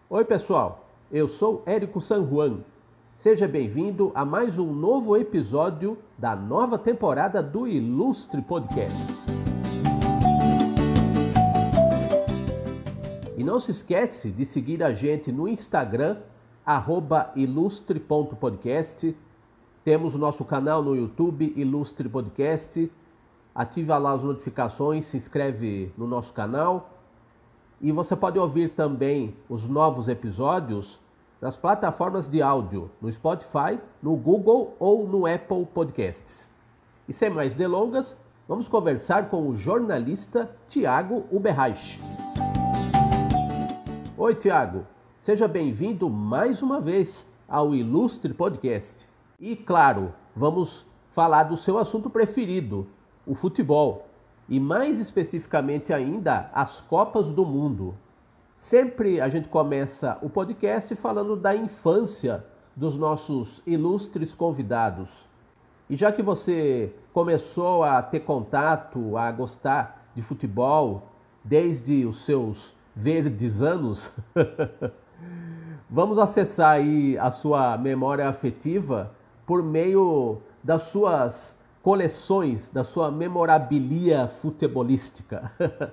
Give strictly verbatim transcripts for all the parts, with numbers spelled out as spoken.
Oi pessoal, eu sou Érico San Juan. Seja bem-vindo a mais um novo episódio da nova temporada do Ilustre Podcast. E não se esquece de seguir a gente no Instagram, arroba ilustre ponto podcast. Temos o nosso canal no YouTube, Ilustre Podcast. Ative lá as notificações, se inscreve no nosso canal. E você pode ouvir também os novos episódios nas plataformas de áudio, no Spotify, no Google ou no Apple Podcasts. E sem mais delongas, vamos conversar com o jornalista Thiago Uberreich. Oi, Thiago. Seja bem-vindo mais uma vez ao Ilustre Podcast. E, claro, vamos falar do seu assunto preferido, o futebol. E mais especificamente ainda, as Copas do Mundo. Sempre a gente começa o podcast falando da infância dos nossos ilustres convidados. E já que você começou a ter contato, a gostar de futebol desde os seus verdes anos, vamos acessar aí a sua memória afetiva por meio das suas coleções, da sua memorabilia futebolística.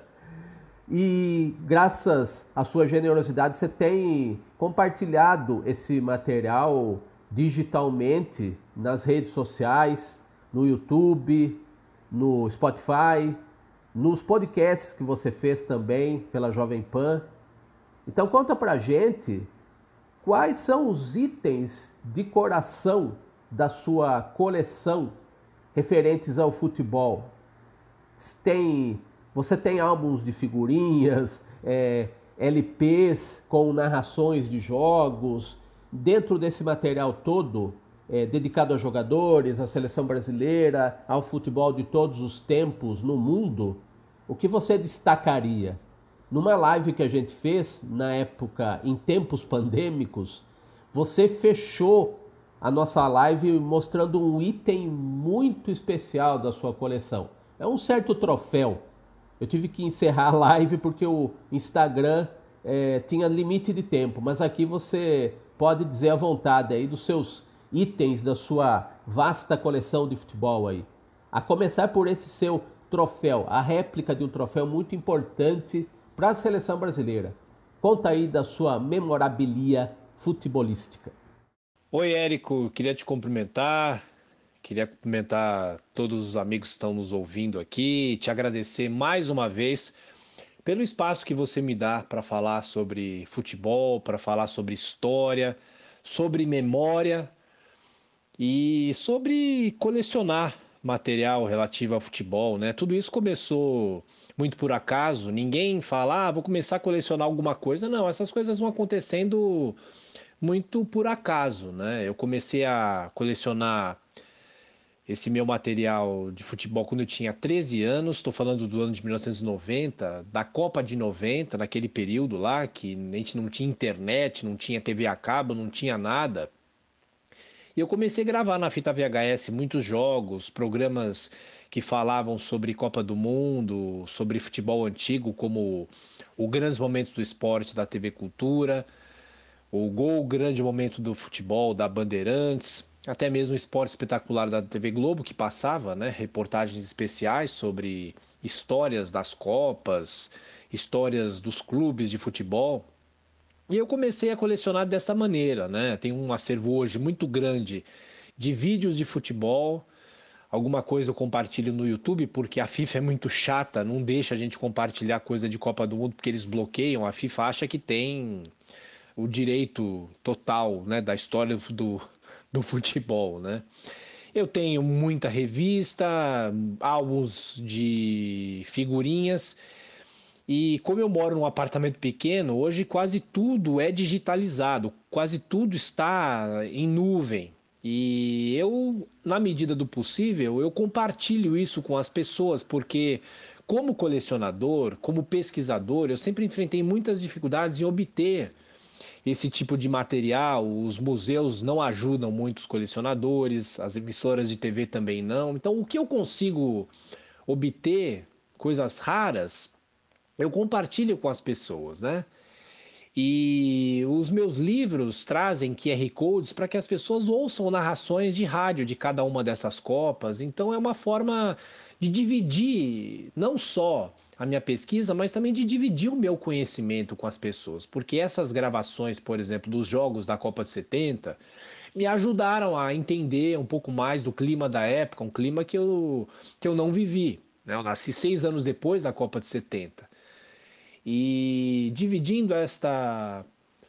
E graças à sua generosidade você tem compartilhado esse material digitalmente nas redes sociais, no YouTube, no Spotify, nos podcasts que você fez também pela Jovem Pan. Então conta pra gente quais são os itens de coração da sua coleção referentes ao futebol. Tem, você tem álbuns de figurinhas, é, L Ps com narrações de jogos. Dentro desse material todo, é, dedicado a jogadores, à seleção brasileira, ao futebol de todos os tempos no mundo, o que você destacaria? Numa live que a gente fez, na época, em tempos pandêmicos, você fechou a nossa live mostrando um item muito especial da sua coleção. É um certo troféu. Eu tive que encerrar a live porque o Instagram é, tinha limite de tempo, mas aqui você pode dizer à vontade aí dos seus itens da sua vasta coleção de futebol aí. A começar por esse seu troféu, a réplica de um troféu muito importante para a seleção brasileira. Conta aí da sua memorabilia futebolística. Oi, Érico, queria te cumprimentar, queria cumprimentar todos os amigos que estão nos ouvindo aqui, te agradecer mais uma vez pelo espaço que você me dá para falar sobre futebol, para falar sobre história, sobre memória e sobre colecionar material relativo ao futebol, né? Tudo isso começou muito por acaso, ninguém fala, ah, vou começar a colecionar alguma coisa. Não, essas coisas vão acontecendo muito por acaso, né? Eu comecei a colecionar esse meu material de futebol quando eu tinha treze anos, estou falando do ano de mil novecentos e noventa, da Copa de noventa, naquele período lá que a gente não tinha internet, não tinha T V a cabo, não tinha nada. E eu comecei a gravar na fita V H S muitos jogos, programas que falavam sobre Copa do Mundo, sobre futebol antigo, como o Grandes Momentos do Esporte da T V Cultura, o Gol, grande momento do futebol da Bandeirantes, até mesmo o Esporte Espetacular da T V Globo, que passava, né, reportagens especiais sobre histórias das Copas, histórias dos clubes de futebol. E eu comecei a colecionar dessa maneira, né? Tem um acervo hoje muito grande de vídeos de futebol. Alguma coisa eu compartilho no YouTube, porque a FIFA é muito chata, não deixa a gente compartilhar coisa de Copa do Mundo, porque eles bloqueiam. A FIFA acha que tem o direito total, né, da história do, do futebol, né? Eu tenho muita revista, álbuns de figurinhas e como eu moro num apartamento pequeno, hoje quase tudo é digitalizado, quase tudo está em nuvem. E eu, na medida do possível, eu compartilho isso com as pessoas, porque como colecionador, como pesquisador, eu sempre enfrentei muitas dificuldades em obter esse tipo de material. Os museus não ajudam muito os colecionadores, as emissoras de T V também não. Então, o que eu consigo obter, coisas raras, eu compartilho com as pessoas, né? E os meus livros trazem Q R Codes para que as pessoas ouçam narrações de rádio de cada uma dessas Copas. Então é uma forma de dividir não só a minha pesquisa, mas também de dividir o meu conhecimento com as pessoas. Porque essas gravações, por exemplo, dos jogos da Copa de setenta, me ajudaram a entender um pouco mais do clima da época, um clima que eu, que eu não vivi, né? Eu nasci seis anos depois da Copa de setenta. E dividindo esta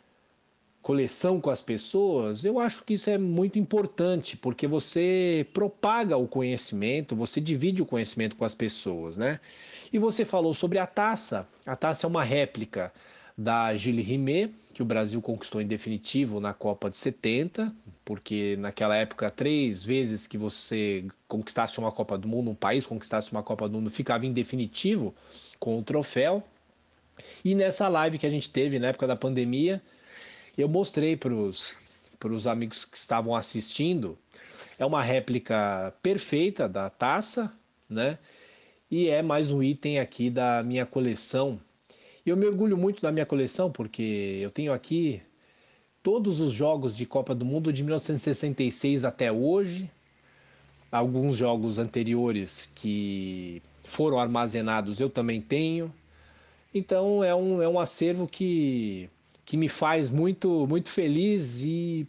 coleção com as pessoas, eu acho que isso é muito importante, porque você propaga o conhecimento, você divide o conhecimento com as pessoas, né? E você falou sobre a taça. A taça é uma réplica da Gilles Rimet, que o Brasil conquistou em definitivo na Copa de setenta, porque naquela época, três vezes que você conquistasse uma Copa do Mundo, um país conquistasse uma Copa do Mundo, ficava em definitivo com o troféu. E nessa live que a gente teve na época da pandemia, eu mostrei para os amigos que estavam assistindo. É uma réplica perfeita da taça, né? E é mais um item aqui da minha coleção. E eu me orgulho muito da minha coleção porque eu tenho aqui todos os jogos de Copa do Mundo de mil novecentos e sessenta e seis até hoje. Alguns jogos anteriores que foram armazenados eu também tenho. Então é um, é um acervo que, que me faz muito, muito feliz, e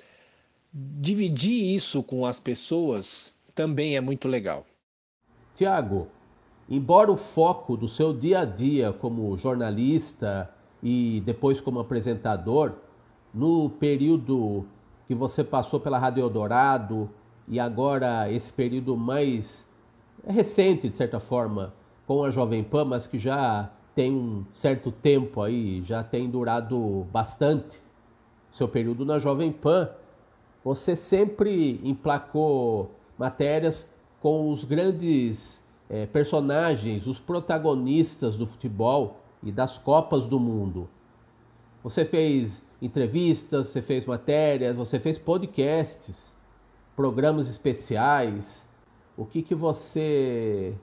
dividir isso com as pessoas também é muito legal. Tiago, embora o foco do seu dia a dia como jornalista e depois como apresentador, no período que você passou pela Rádio Eldorado e agora esse período mais recente, de certa forma, com a Jovem Pan, mas que já tem um certo tempo aí, já tem durado bastante, seu período na Jovem Pan, você sempre emplacou matérias com os grandes eh, personagens, os protagonistas do futebol e das Copas do Mundo. Você fez entrevistas, você fez matérias, você fez podcasts, programas especiais. O que, que você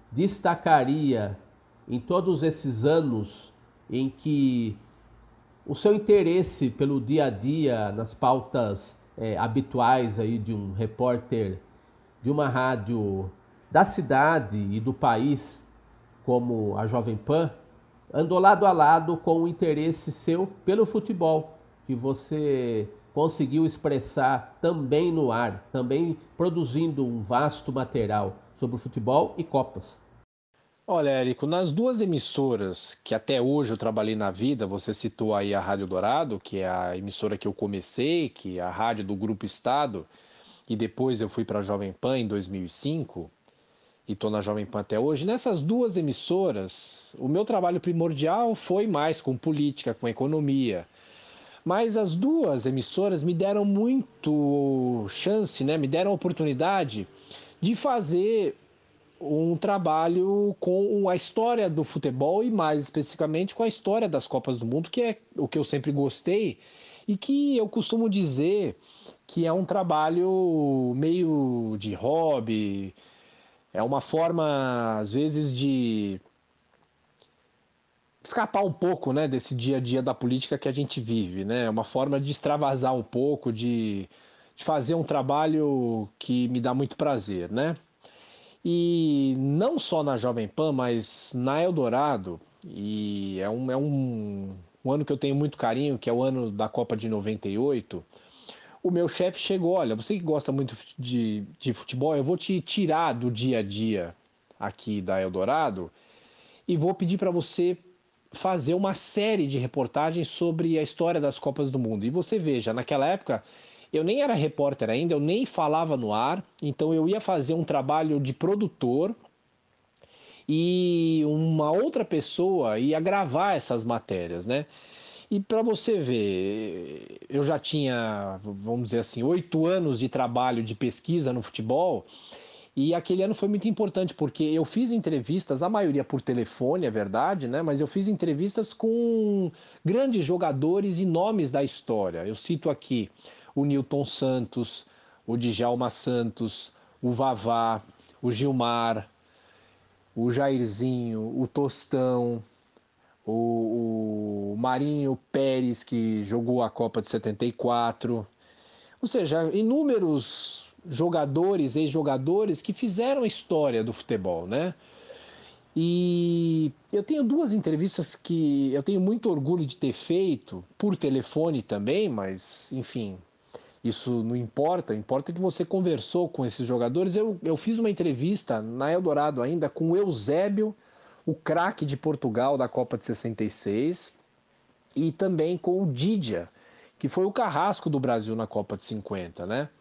destacaria em todos esses anos em que o seu interesse pelo dia a dia, nas pautas é, habituais aí de um repórter de uma rádio da cidade e do país, como a Jovem Pan, andou lado a lado com o interesse seu pelo futebol, que você conseguiu expressar também no ar, também produzindo um vasto material sobre o futebol e Copas. Olha, Érico, nas duas emissoras que até hoje eu trabalhei na vida, você citou aí a Rádio Dourado, que é a emissora que eu comecei, que é a rádio do Grupo Estado, e depois eu fui para a Jovem Pan em dois mil e cinco, e estou na Jovem Pan até hoje. Nessas duas emissoras, o meu trabalho primordial foi mais com política, com economia. Mas as duas emissoras me deram muito chance, né? Me deram a oportunidade de fazer um trabalho com a história do futebol e mais especificamente com a história das Copas do Mundo, que é o que eu sempre gostei e que eu costumo dizer que é um trabalho meio de hobby, é uma forma às vezes de escapar um pouco, né, desse dia a dia da política que a gente vive, né? É uma forma de extravasar um pouco, de, de fazer um trabalho que me dá muito prazer, né? E não só na Jovem Pan, mas na Eldorado, e é um, é um, um ano que eu tenho muito carinho, que é o ano da Copa de noventa e oito, o meu chefe chegou, olha, você que gosta muito de, de futebol, eu vou te tirar do dia a dia aqui da Eldorado e vou pedir para você fazer uma série de reportagens sobre a história das Copas do Mundo. E você veja, naquela época eu nem era repórter ainda, eu nem falava no ar, então eu ia fazer um trabalho de produtor e uma outra pessoa ia gravar essas matérias, né? E para você ver, eu já tinha, vamos dizer assim, oito anos de trabalho de pesquisa no futebol. E aquele ano foi muito importante porque eu fiz entrevistas, a maioria por telefone, é verdade, né? Mas eu fiz entrevistas com grandes jogadores e nomes da história. Eu cito aqui o Nilton Santos, o Djalma Santos, o Vavá, o Gilmar, o Jairzinho, o Tostão, o, o Marinho Pérez, que jogou a Copa de setenta e quatro. Ou seja, inúmeros jogadores, ex-jogadores que fizeram a história do futebol, né? E eu tenho duas entrevistas que eu tenho muito orgulho de ter feito, por telefone também, mas enfim, isso não importa, importa que você conversou com esses jogadores. Eu, eu fiz uma entrevista na Eldorado ainda com o Eusébio, o craque de Portugal da Copa de sessenta e seis, e também com o Didia, que foi o carrasco do Brasil na Copa de cinquenta, né?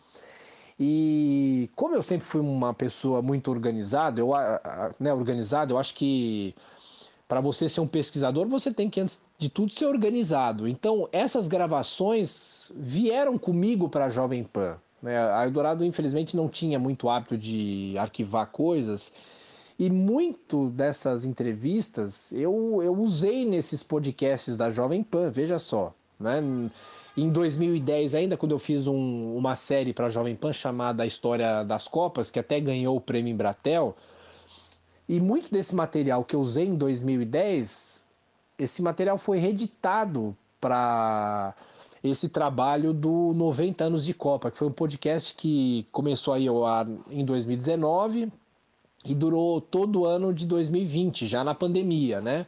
E como eu sempre fui uma pessoa muito organizada, eu, né, organizado, eu acho que para você ser um pesquisador, você tem que, antes de tudo, ser organizado. Então, essas gravações vieram comigo para a Jovem Pan. Né? A Eldorado, infelizmente, não tinha muito hábito de arquivar coisas. E muito dessas entrevistas eu, eu usei nesses podcasts da Jovem Pan, veja só. Né? Em dois mil e dez, ainda, quando eu fiz um, uma série para a Jovem Pan chamada A História das Copas, que até ganhou o prêmio Embratel, e muito desse material que eu usei em dois mil e dez, esse material foi reeditado para esse trabalho do noventa anos de Copa, que foi um podcast que começou aí em dois mil e dezenove e durou todo o ano de dois mil e vinte, já na pandemia, né?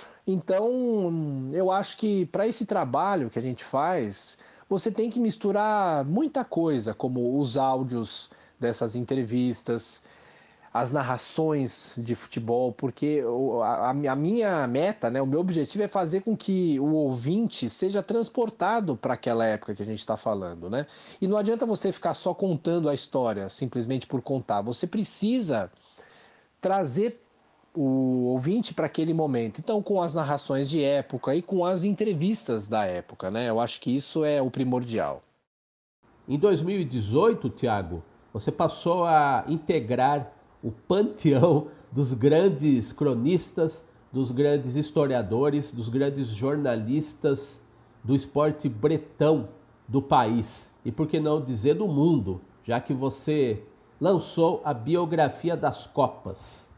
Então, eu acho que para esse trabalho que a gente faz, você tem que misturar muita coisa, como os áudios dessas entrevistas, as narrações de futebol, porque a, a minha meta, né, o meu objetivo é fazer com que o ouvinte seja transportado para aquela época que a gente está falando, né? E não adianta você ficar só contando a história, simplesmente por contar. Você precisa trazer o ouvinte para aquele momento. Então, com as narrações de época e com as entrevistas da época, né? Eu acho que isso é o primordial. Em dois mil e dezoito, Thiago, você passou a integrar o panteão dos grandes cronistas, dos grandes historiadores, dos grandes jornalistas do esporte bretão do país. E por que não dizer do mundo, já que você lançou a biografia das Copas.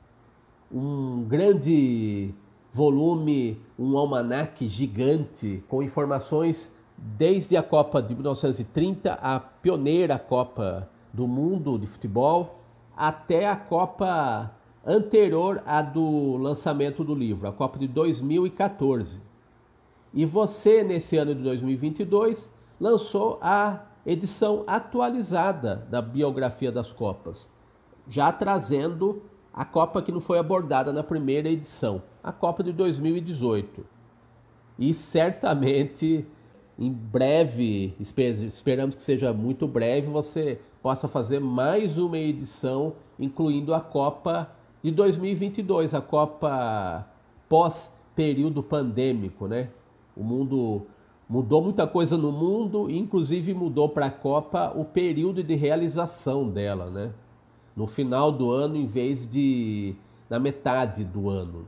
Um grande volume, um almanaque gigante com informações desde a Copa de mil novecentos e trinta, a pioneira Copa do Mundo de futebol, até a Copa anterior à do lançamento do livro, a Copa de dois mil e quatorze. E você, nesse ano de dois mil e vinte e dois, lançou a edição atualizada da biografia das Copas, já trazendo a Copa que não foi abordada na primeira edição, a Copa de dois mil e dezoito. E certamente, em breve, esperamos que seja muito breve, você possa fazer mais uma edição, incluindo a Copa de dois mil e vinte e dois, a Copa pós-período pandêmico, né? O mundo mudou muita coisa no mundo, inclusive mudou para a Copa o período de realização dela, né? No final do ano, em vez de na metade do ano.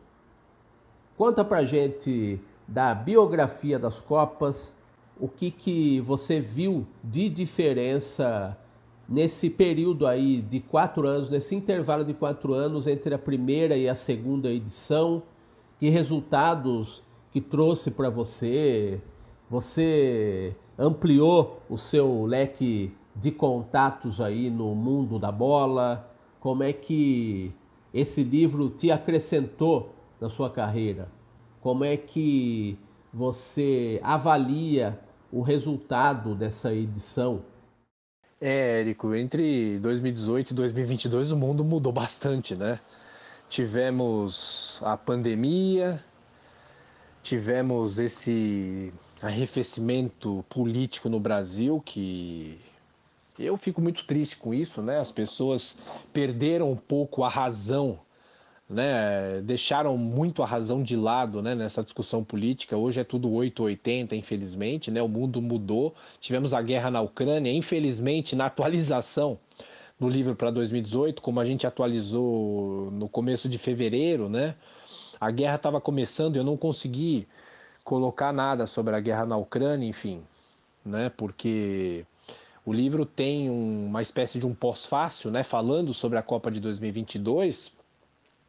Conta pra gente da biografia das Copas, o que, que você viu de diferença nesse período aí de quatro anos, nesse intervalo de quatro anos entre a primeira e a segunda edição, que resultados que trouxe para você, você ampliou o seu leque de contatos aí no mundo da bola, como é que esse livro te acrescentou na sua carreira? Como é que você avalia o resultado dessa edição? É, Érico, entre dois mil e dezoito e dois mil e vinte e dois o mundo mudou bastante, né? Tivemos a pandemia, tivemos esse arrefecimento político no Brasil que eu fico muito triste com isso, né? As pessoas perderam um pouco a razão, né? Deixaram muito a razão de lado, né? Nessa discussão política. Hoje é tudo oito ou oitenta, infelizmente, né? O mundo mudou. Tivemos a guerra na Ucrânia, infelizmente, na atualização do livro para dois mil e dezoito, como a gente atualizou no começo de fevereiro, né? A guerra estava começando e eu não consegui colocar nada sobre a guerra na Ucrânia, enfim, né? Porque o livro tem um, uma espécie de um pós-fácil, né, falando sobre a Copa de dois mil e vinte e dois,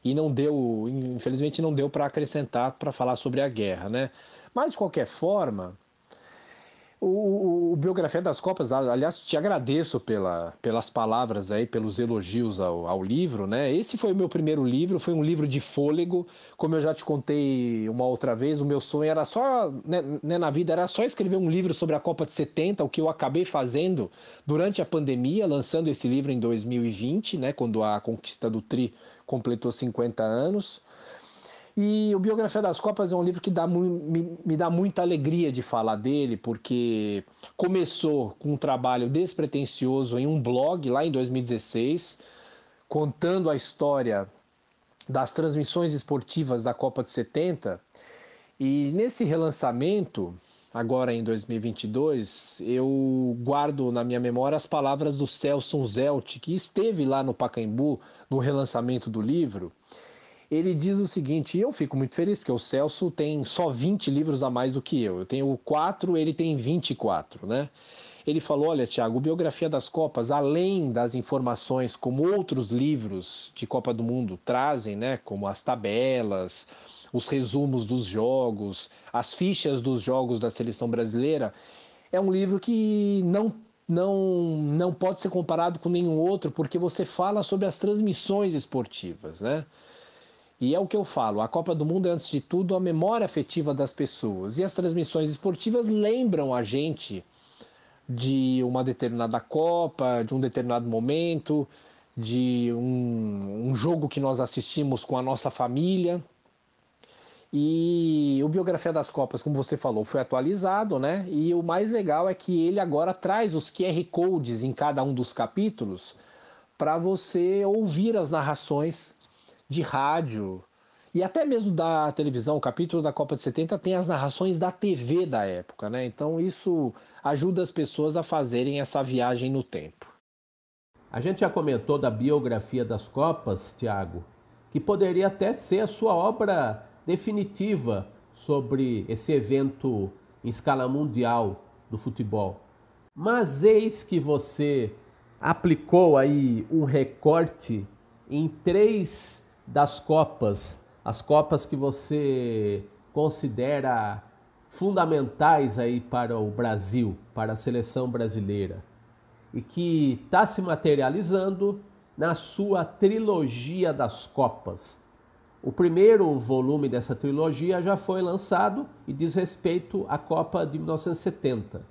e não deu, infelizmente não deu para acrescentar para falar sobre a guerra, né? Mas de qualquer forma, o, o, o Biografia das Copas, aliás, te agradeço pela, pelas palavras aí, pelos elogios ao, ao livro, né? Esse foi o meu primeiro livro, foi um livro de fôlego, como eu já te contei uma outra vez, o meu sonho era só, né, né, na vida, era só escrever um livro sobre a Copa de setenta, o que eu acabei fazendo durante a pandemia, lançando esse livro em dois mil e vinte, né, quando a conquista do Tri completou cinquenta anos. E o Biografia das Copas é um livro que dá me, me dá muita alegria de falar dele, porque começou com um trabalho despretensioso em um blog lá em dois mil e dezesseis, contando a história das transmissões esportivas da Copa de setenta. E nesse relançamento, agora em dois mil e vinte e dois, eu guardo na minha memória as palavras do Celso Zelt, que esteve lá no Pacaembu no relançamento do livro. Ele diz o seguinte, e eu fico muito feliz, porque o Celso tem só vinte livros a mais do que eu. Eu tenho quatro, ele tem vinte e quatro, né? Ele falou, olha, Thiago, Biografia das Copas, além das informações como outros livros de Copa do Mundo trazem, né, como as tabelas, os resumos dos jogos, as fichas dos jogos da seleção brasileira, é um livro que não não não pode ser comparado com nenhum outro, porque você fala sobre as transmissões esportivas, né? E é o que eu falo, a Copa do Mundo é, antes de tudo, a memória afetiva das pessoas. E as transmissões esportivas lembram a gente de uma determinada Copa, de um determinado momento, de um, um jogo que nós assistimos com a nossa família. E o Biografia das Copas, como você falou, foi atualizado, né? E o mais legal é que ele agora traz os Q R Codes em cada um dos capítulos para você ouvir as narrações de rádio e até mesmo da televisão. O capítulo da Copa de setenta tem as narrações da T V da época, né? Então isso ajuda as pessoas a fazerem essa viagem no tempo. A gente já comentou da biografia das Copas, Tiago, que poderia até ser a sua obra definitiva sobre esse evento em escala mundial do futebol. Mas eis que você aplicou aí um recorte em três das Copas, as Copas que você considera fundamentais aí para o Brasil, para a seleção brasileira, e que está se materializando na sua trilogia das Copas. O primeiro volume dessa trilogia já foi lançado e diz respeito à Copa de mil novecentos e setenta.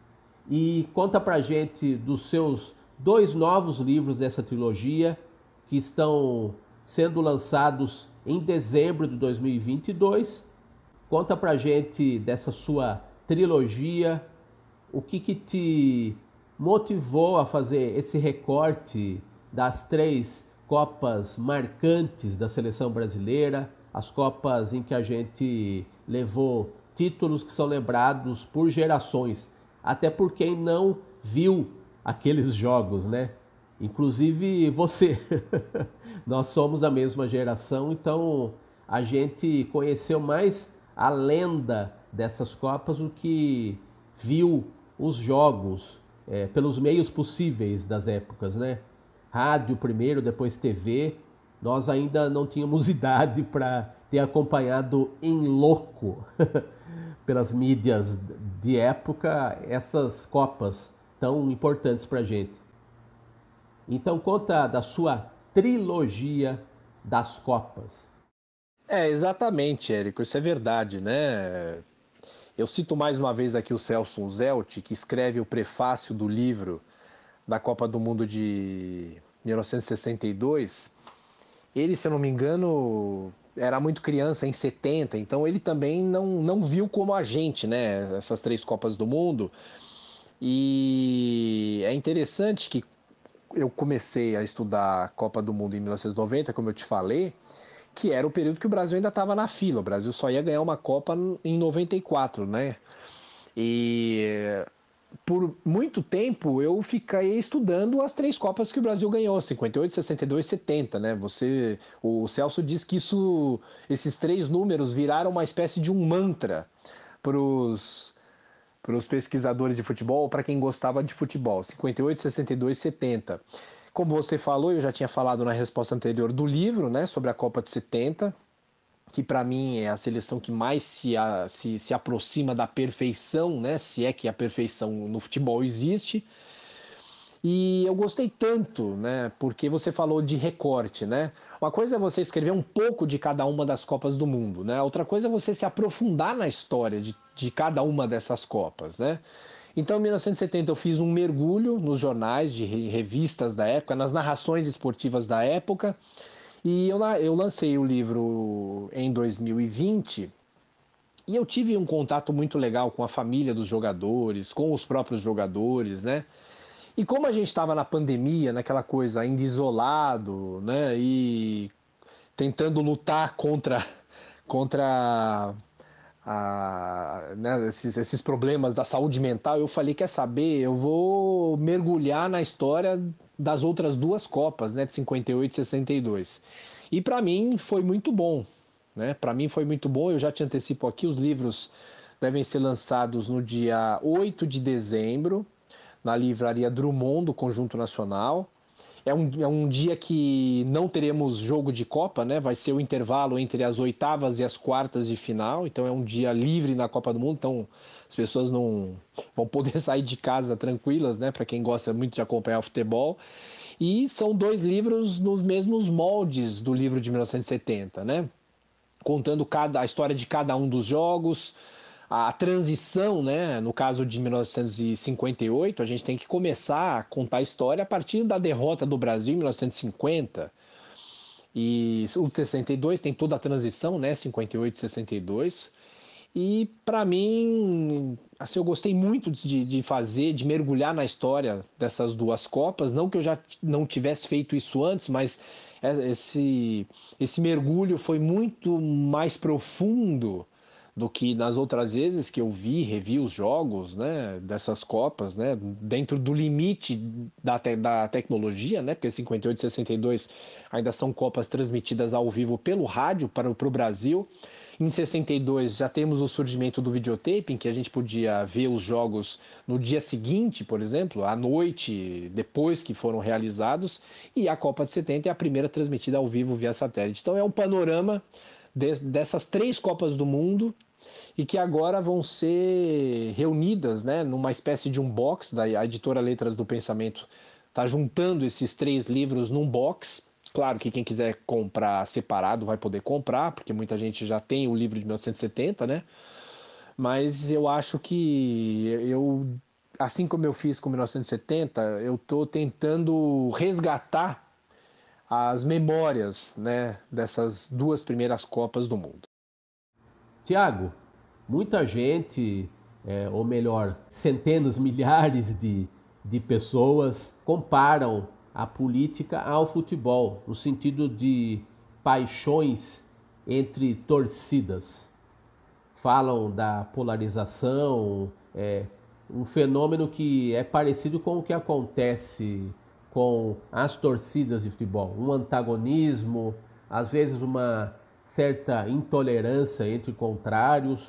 E conta pra gente dos seus dois novos livros dessa trilogia, que estão sendo lançados em dezembro de dois mil e vinte e dois. Conta pra gente dessa sua trilogia, o que que te motivou a fazer esse recorte das três Copas marcantes da seleção brasileira, as Copas em que a gente levou títulos que são lembrados por gerações, até por quem não viu aqueles jogos, né? Inclusive você. Nós somos da mesma geração, então a gente conheceu mais a lenda dessas Copas do que viu os jogos é, pelos meios possíveis das épocas, né? Rádio primeiro, depois T V. Nós ainda não tínhamos idade para ter acompanhado em loco pelas mídias de época essas Copas tão importantes para a gente. Então conta da sua trilogia das Copas. É, exatamente, Érico, isso é verdade, né? Eu cito mais uma vez aqui o Celso Zelt, que escreve o prefácio do livro da Copa do Mundo de mil novecentos e sessenta e dois. Ele, se eu não me engano, era muito criança em setenta, então ele também não, não viu como a gente, né, essas três Copas do Mundo. E é interessante que eu comecei a estudar a Copa do Mundo em mil novecentos e noventa, como eu te falei, que era o período que o Brasil ainda estava na fila. O Brasil só ia ganhar uma Copa em noventa e quatro, né? E por muito tempo eu fiquei estudando as três Copas que o Brasil ganhou, cinquenta e oito, sessenta e dois, setenta, né? Você, o Celso diz que isso, esses três números viraram uma espécie de um mantra para os para os pesquisadores de futebol, para quem gostava de futebol, cinquenta e oito, sessenta e dois, setenta. Como você falou, eu já tinha falado na resposta anterior do livro, né, sobre a Copa de setenta, que para mim é a seleção que mais se, a, se, se aproxima da perfeição, né, se é que a perfeição no futebol existe. E eu gostei tanto, né? Porque você falou de recorte, né? Uma coisa é você escrever um pouco de cada uma das Copas do Mundo, né? Outra coisa é você se aprofundar na história de, de cada uma dessas Copas, né? Então, em mil novecentos e setenta, eu fiz um mergulho nos jornais de revistas da época, nas narrações esportivas da época, e eu, eu lancei o livro em dois mil e vinte. E eu tive um contato muito legal com a família dos jogadores, com os próprios jogadores, né? E como a gente estava na pandemia, naquela coisa ainda isolado, né, e tentando lutar contra, contra a, né, esses, esses problemas da saúde mental, eu falei, quer saber, eu vou mergulhar na história das outras duas Copas, né, de cinquenta e oito e sessenta e dois. E para mim foi muito bom, né? Para mim foi muito bom, eu já te antecipo aqui, os livros devem ser lançados no dia oito de dezembro, na livraria Drummond, do Conjunto Nacional. É um, é um dia que não teremos jogo de Copa, né? Vai ser o intervalo entre as oitavas e as quartas de final, então é um dia livre na Copa do Mundo, então as pessoas não vão poder sair de casa tranquilas, né? Para quem gosta muito de acompanhar o futebol. E são dois livros nos mesmos moldes do livro de mil novecentos e setenta, né? Contando cada, a história de cada um dos jogos, a transição, né? No caso de mil novecentos e cinquenta e oito, a gente tem que começar a contar a história a partir da derrota do Brasil em mil novecentos e cinquenta. E o de sessenta e dois tem toda a transição, né? cinquenta e oito e sessenta e dois. E para mim, assim, eu gostei muito de, de fazer, de mergulhar na história dessas duas Copas. Não que eu já não tivesse feito isso antes, mas esse, esse mergulho foi muito mais profundo do que nas outras vezes que eu vi, revi os jogos, né, dessas Copas, né, dentro do limite da, te, da tecnologia, né, porque cinquenta e oito e sessenta e dois ainda são Copas transmitidas ao vivo pelo rádio para, para o Brasil. Em sessenta e dois já temos o surgimento do videotape, em que a gente podia ver os jogos no dia seguinte, por exemplo, à noite, depois que foram realizados, e a Copa de setenta é a primeira transmitida ao vivo via satélite. Então é um panorama de, dessas três Copas do Mundo e que agora vão ser reunidas, né, numa espécie de um box, da a editora Letras do Pensamento está juntando esses três livros num box. Claro que quem quiser comprar separado vai poder comprar, porque muita gente já tem o livro de mil novecentos e setenta, né? Mas eu acho que eu, assim como eu fiz com mil novecentos e setenta, eu estou tentando resgatar as memórias, né, dessas duas primeiras Copas do Mundo. Tiago, muita gente, é, ou melhor, centenas, milhares de, de pessoas comparam a política ao futebol, no sentido de paixões entre torcidas. Falam da polarização, é, um fenômeno que é parecido com o que acontece com as torcidas de futebol, um antagonismo, às vezes uma certa intolerância entre contrários.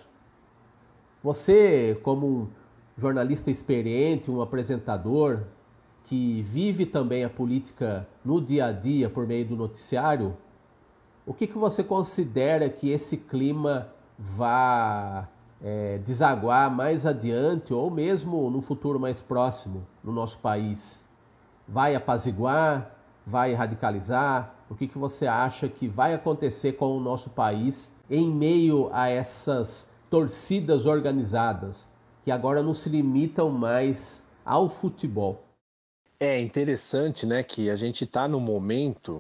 Você, como um jornalista experiente, um apresentador que vive também a política no dia a dia por meio do noticiário, o que, que você considera que esse clima vá é, desaguar mais adiante ou mesmo no futuro mais próximo no nosso país? Vai apaziguar? Vai radicalizar? O que, que você acha que vai acontecer com o nosso país em meio a essas torcidas organizadas que agora não se limitam mais ao futebol? É interessante, né, que a gente está num momento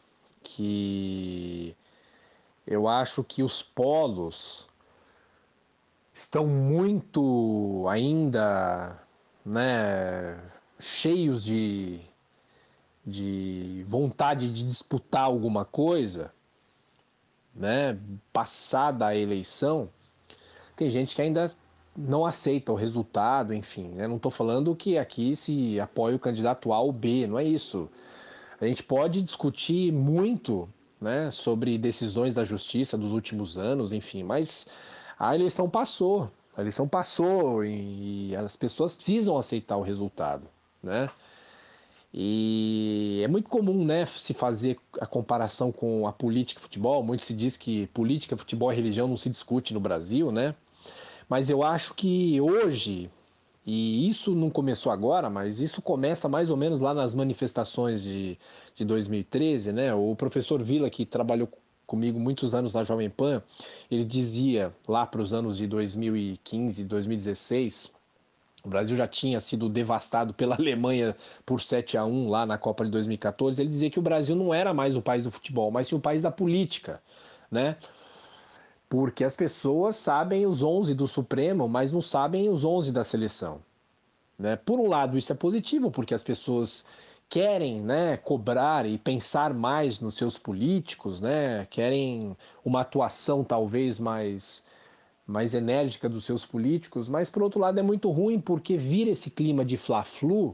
que eu acho que os polos estão muito ainda, né, cheios de, de vontade de disputar alguma coisa, né, passada a eleição. Tem gente que ainda não aceita o resultado, enfim, né? Não estou falando que aqui se apoia o candidato A ou B, não é isso. A gente pode discutir muito, né, sobre decisões da justiça dos últimos anos, enfim, mas a eleição passou, a eleição passou e as pessoas precisam aceitar o resultado, né? E é muito comum, né, se fazer a comparação com a política e futebol. Muito se diz que política, futebol e religião não se discute no Brasil, né? Mas eu acho que hoje, e isso não começou agora, mas isso começa mais ou menos lá nas manifestações de, de dois mil e treze, né? O professor Vila, que trabalhou comigo muitos anos na Jovem Pan, ele dizia lá para os anos de dois mil e quinze, dois mil e dezesseis, o Brasil já tinha sido devastado pela Alemanha por sete a um lá na Copa de dois mil e quatorze. Ele dizia que o Brasil não era mais o país do futebol, mas sim o país da política, né? Porque as pessoas sabem os onze do Supremo, mas não sabem os onze da seleção, né? Por um lado, isso é positivo, porque as pessoas querem, né, cobrar e pensar mais nos seus políticos, né? Querem uma atuação talvez mais mais enérgica dos seus políticos, mas por outro lado é muito ruim porque vira esse clima de fla-flu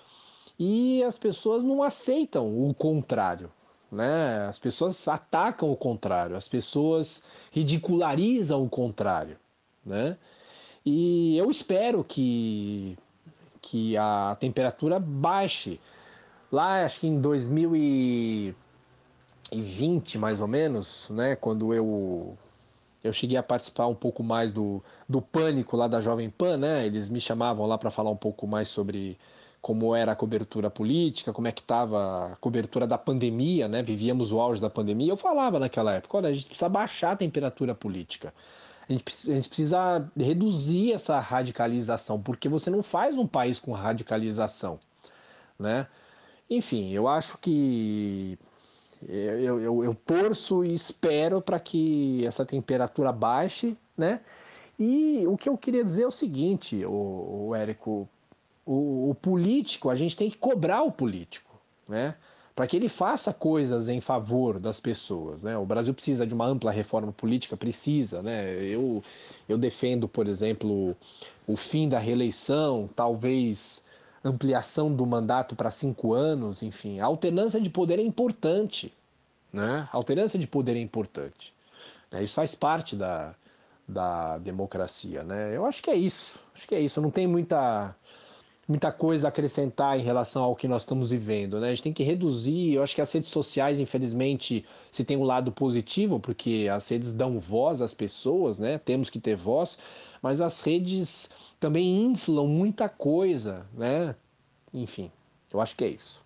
e as pessoas não aceitam o contrário, né? As pessoas atacam o contrário, as pessoas ridicularizam o contrário, né? E eu espero que que a temperatura baixe. Lá, acho que em dois mil e vinte, mais ou menos, né, quando eu eu cheguei a participar um pouco mais do, do Pânico lá da Jovem Pan, né? Eles me chamavam lá para falar um pouco mais sobre como era a cobertura política, como é que estava a cobertura da pandemia, né? Vivíamos o auge da pandemia. Eu falava naquela época, olha, a gente precisa baixar a temperatura política. A gente, a gente precisa reduzir essa radicalização, porque você não faz um país com radicalização, né? Enfim, eu acho que eu, eu, eu torço e espero para que essa temperatura baixe, né? E o que eu queria dizer é o seguinte, o, o Érico, o, o político, a gente tem que cobrar o político, né? Para que ele faça coisas em favor das pessoas, né? O Brasil precisa de uma ampla reforma política, precisa, né? Eu, eu defendo, por exemplo, o fim da reeleição, talvez ampliação do mandato para cinco anos, enfim. A alternância de poder é importante, né? A alternância de poder é importante, né? Isso faz parte da, da democracia, né? Eu acho que é isso. Acho que é isso. Não tem muita muita coisa a acrescentar em relação ao que nós estamos vivendo, né? A gente tem que reduzir. Eu acho que as redes sociais, infelizmente, se tem um lado positivo, porque as redes dão voz às pessoas, né? Temos que ter voz, mas as redes também inflam muita coisa, né? Enfim, eu acho que é isso.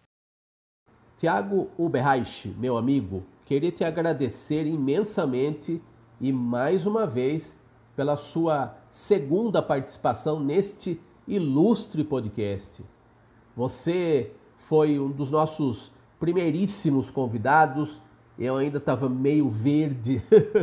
Tiago Uberreich, meu amigo, queria te agradecer imensamente e mais uma vez pela sua segunda participação neste ilustre podcast. Você foi um dos nossos primeiríssimos convidados. Eu ainda estava meio verde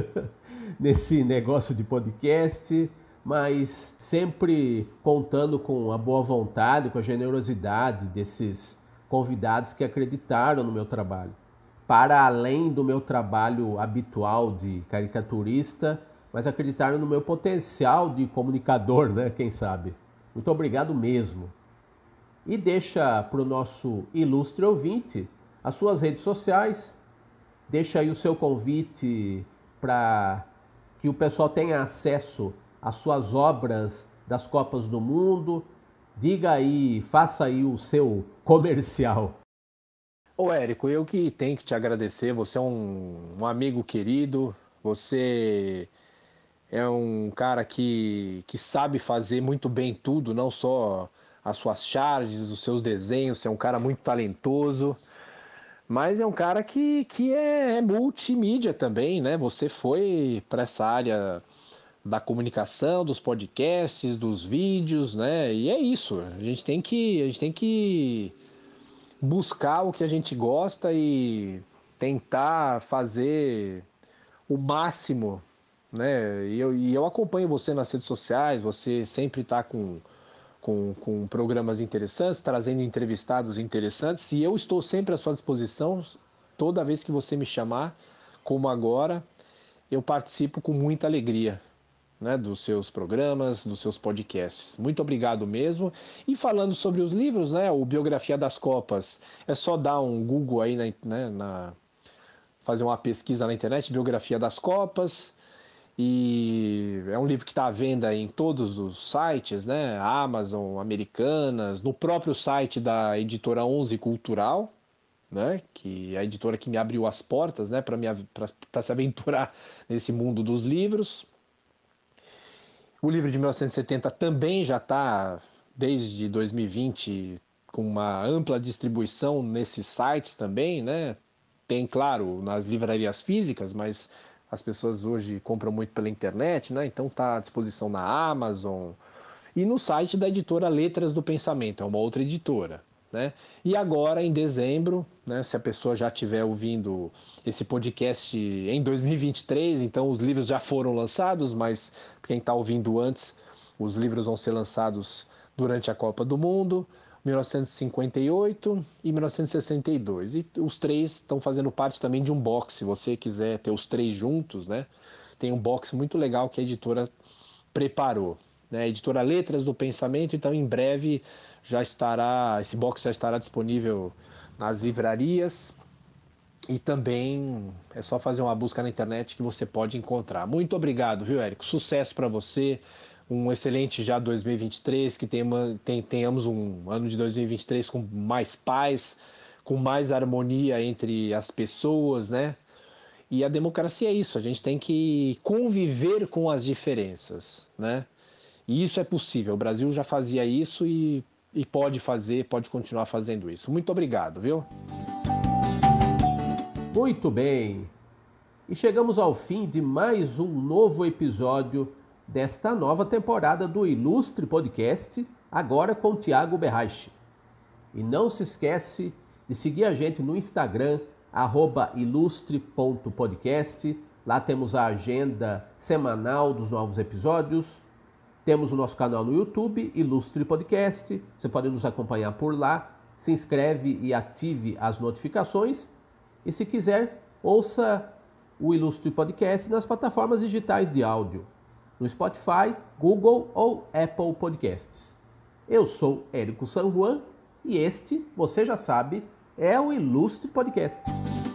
nesse negócio de podcast, mas sempre contando com a boa vontade, com a generosidade desses convidados que acreditaram no meu trabalho. Para além do meu trabalho habitual de caricaturista, mas acreditaram no meu potencial de comunicador, né? Quem sabe? Muito obrigado mesmo. E deixa para o nosso ilustre ouvinte as suas redes sociais. Deixa aí o seu convite para que o pessoal tenha acesso às suas obras das Copas do Mundo. Diga aí, faça aí o seu comercial. Ô Érico, eu que tenho que te agradecer. Você é um, um amigo querido, você é um cara que, que sabe fazer muito bem tudo, não só as suas charges, os seus desenhos. Você é um cara muito talentoso, mas é um cara que, que é, é multimídia também, né? Você foi para essa área da comunicação, dos podcasts, dos vídeos, né? E é isso. A gente tem que, a gente tem que buscar o que a gente gosta e tentar fazer o máximo, né? E eu, e eu acompanho você nas redes sociais, você sempre está com, com, com programas interessantes, trazendo entrevistados interessantes, e eu estou sempre à sua disposição, toda vez que você me chamar, como agora, eu participo com muita alegria, né, dos seus programas, dos seus podcasts. Muito obrigado mesmo. E falando sobre os livros, né, o Biografia das Copas, é só dar um Google aí, na, né, na, fazer uma pesquisa na internet, Biografia das Copas, E é um livro que está à venda em todos os sites, né? Amazon, Americanas, no próprio site da editora Onze Cultural, né? Que é a editora que me abriu as portas, né? Para se aventurar nesse mundo dos livros. O livro de mil novecentos e setenta também já está, desde dois mil e vinte, com uma ampla distribuição nesses sites também, né? Tem, claro, nas livrarias físicas, mas as pessoas hoje compram muito pela internet, né? Então está à disposição na Amazon e no site da editora Letras do Pensamento, é uma outra editora. Né? E agora, em dezembro, né, se a pessoa já estiver ouvindo esse podcast em dois mil e vinte e três, então os livros já foram lançados, mas quem está ouvindo antes, os livros vão ser lançados durante a Copa do Mundo, mil novecentos e cinquenta e oito e mil novecentos e sessenta e dois. E os três estão fazendo parte também de um box, se você quiser ter os três juntos, né? Tem um box muito legal que a editora preparou. Né? Editora Letras do Pensamento, então em breve já estará, esse box já estará disponível nas livrarias e também é só fazer uma busca na internet que você pode encontrar. Muito obrigado, viu, Érico? Sucesso para você, um excelente já dois mil e vinte e três, que tenha, tem, tenhamos um ano de dois mil e vinte e três com mais paz, com mais harmonia entre as pessoas, né? E a democracia é isso, a gente tem que conviver com as diferenças, né? E isso é possível. O Brasil já fazia isso e, e pode fazer, pode continuar fazendo isso. Muito obrigado, viu? Muito bem. E chegamos ao fim de mais um novo episódio desta nova temporada do Ilustre Podcast, agora com Tiago Berrache. E não se esquece de seguir a gente no Instagram, arroba ilustre ponto podcast. Lá temos a agenda semanal dos novos episódios. Temos o nosso canal no YouTube, Ilustre Podcast. Você pode nos acompanhar por lá. Se inscreve e ative as notificações. E se quiser, ouça o Ilustre Podcast nas plataformas digitais de áudio, no Spotify, Google ou Apple Podcasts. Eu sou Érico San Juan e este, você já sabe, é o Ilustre Podcast.